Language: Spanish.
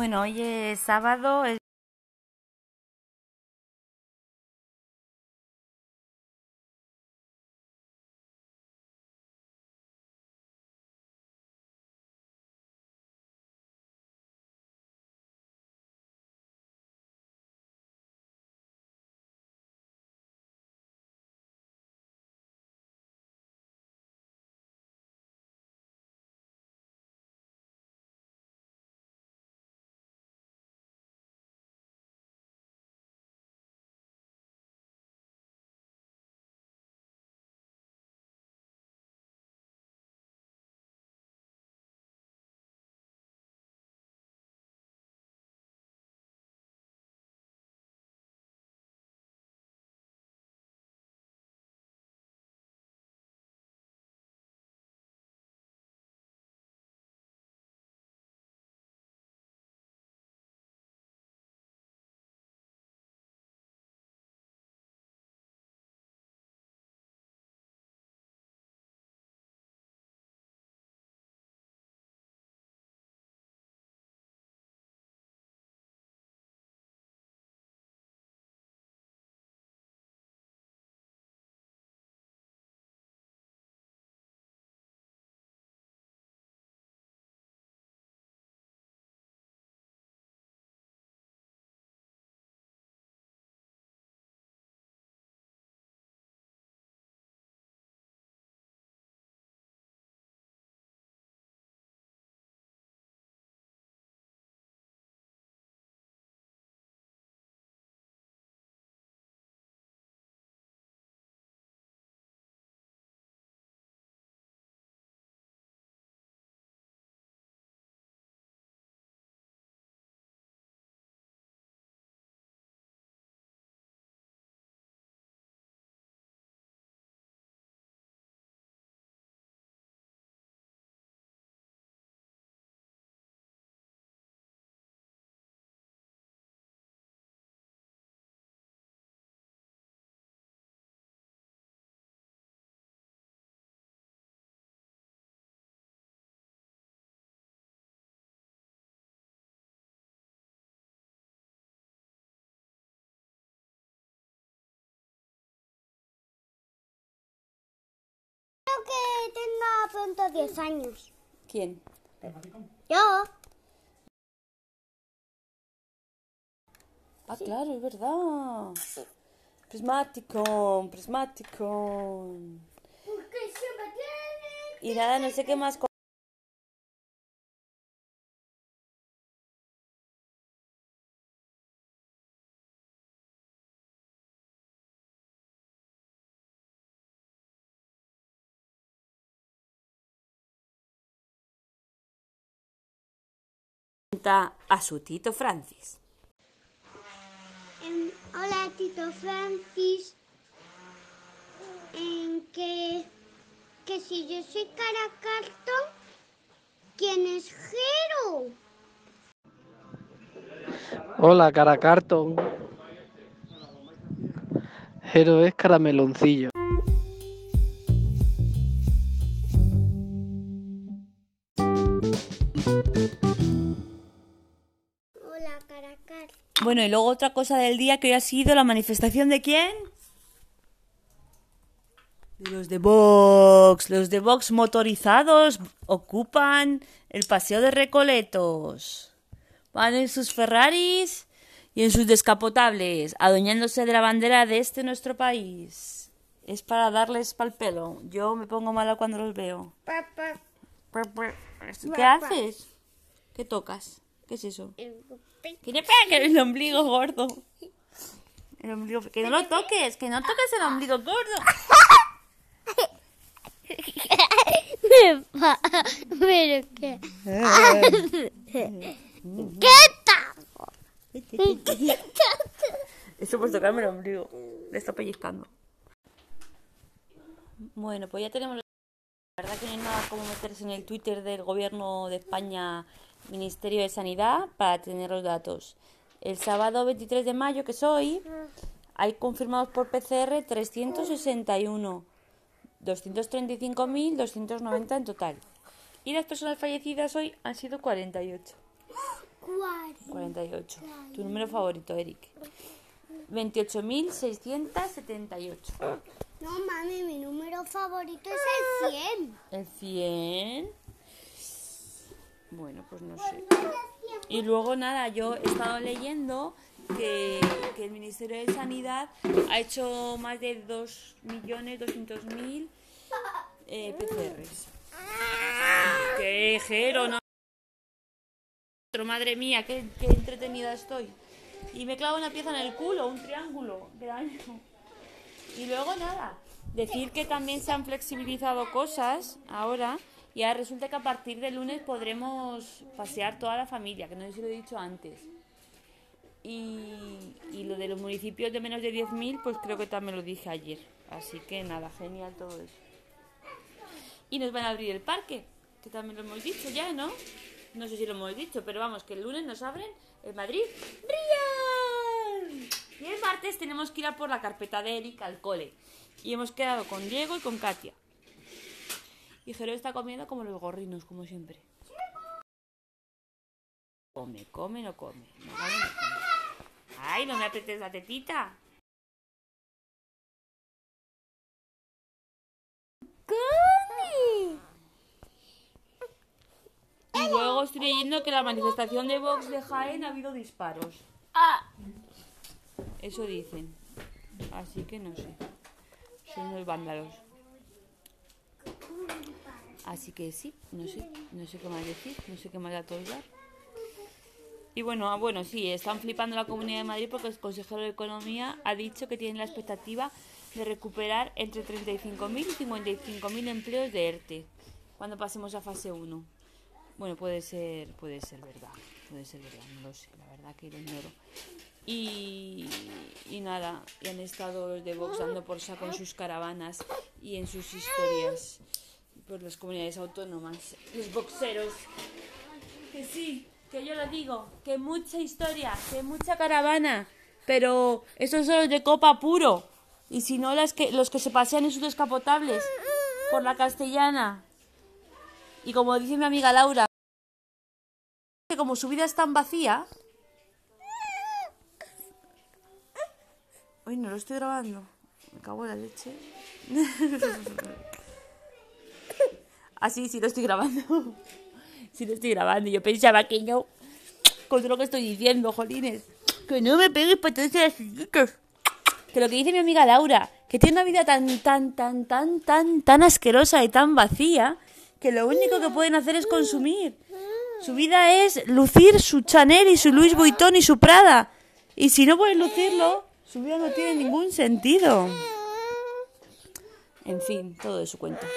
Bueno, hoy es sábado. Creo que tenga pronto 10 años. ¿Quién? Yo. Ah, claro, es verdad. Prismático. Porque siempre tiene. Y nada, no sé qué más. A su Tito Francis. Hola, Tito Francis. Que si yo soy Cara Cartón, ¿quién es Jero? Hola, cara cartón. Jero es carameloncillo. Hola, Cara Cartón. Bueno, y luego otra cosa del día que hoy ha sido la manifestación ¿de quién? De los de Vox. Los de Vox motorizados ocupan el paseo de Recoletos. Van en sus Ferraris y en sus descapotables, adueñándose de la bandera de nuestro país. Es para darles pal pelo. Yo me pongo mala cuando los veo. Papá. ¿Qué haces? ¿Qué tocas? ¿Qué es eso? ¿Qué le pega? El ombligo gordo. El ombligo... Que no lo toques, que no toques el ombligo gordo. ¿Pero qué? ¿Qué tal? Eso por tocarme el ombligo. Le está pellizcando. Bueno, pues ya tenemos... La verdad que no hay nada como meterse en el Twitter del Gobierno de España, Ministerio de Sanidad, para tener los datos. El sábado 23 de mayo, que es hoy, hay confirmados por PCR 361, 235.290 en total. Y las personas fallecidas hoy han sido 48. 48. Tu número favorito, Eric. 28.678. No, mami, mi número favorito es el 100. ¿El 100? Bueno, pues no sé. Y luego nada, yo he estado leyendo que el Ministerio de Sanidad ha hecho más de 2.200.000 PCRs. ¡Qué jero, no! Madre mía, qué entretenida estoy. Y me clavo una pieza en el culo, un triángulo. ¡Qué daño! Y luego nada, decir que también se han flexibilizado cosas ahora. Y ahora resulta que a partir del lunes podremos pasear toda la familia, que no sé si lo he dicho antes. Y lo de los municipios de menos de 10.000, pues creo que también lo dije ayer. Así que nada, genial todo eso. Y nos van a abrir el parque, que también lo hemos dicho ya, ¿no? No sé si lo hemos dicho, pero vamos, que el lunes nos abren el Madrid Real. Y el martes tenemos que ir a por la carpeta de Eric al cole. Y hemos quedado con Diego y con Katia. Y Jero está comiendo como los gorrinos, como siempre. Come, no come. No come. ¡Ay, no me apretes la tetita! ¡Come! Y luego estoy leyendo que en la manifestación de Vox de Jaén ha habido disparos. Eso dicen. Así que no sé. Son unos vándalos. Así que sí, no sé qué más decir, no sé qué más atoldar. Y bueno, sí, están flipando la Comunidad de Madrid porque el consejero de Economía ha dicho que tienen la expectativa de recuperar entre 35.000 y 55.000 empleos de ERTE cuando pasemos a fase 1. Bueno, puede ser verdad, no lo sé, la verdad que lo ignoro. Y nada, y han estado los de Vox dando por saco en sus caravanas y en sus historias por las comunidades autónomas, los boxeros. Que sí, que yo lo digo, que mucha historia, que mucha caravana, pero estos son los de copa puro. Y si no, los que se pasean en sus descapotables por la Castellana. Y como dice mi amiga Laura, que como su vida es tan vacía... Uy, no lo estoy grabando. Me cago en la leche. Sí, lo estoy grabando. Sí lo estoy grabando. Yo pensaba que no. Con todo lo que estoy diciendo, jolines. Que no me pegues patadas a las chicas. Que lo que dice mi amiga Laura, que tiene una vida tan asquerosa y tan vacía, que lo único que pueden hacer es consumir. Su vida es lucir su Chanel y su Louis Vuitton y su Prada. Y si no pueden lucirlo, su vida no tiene ningún sentido. En fin, todo de su cuenta.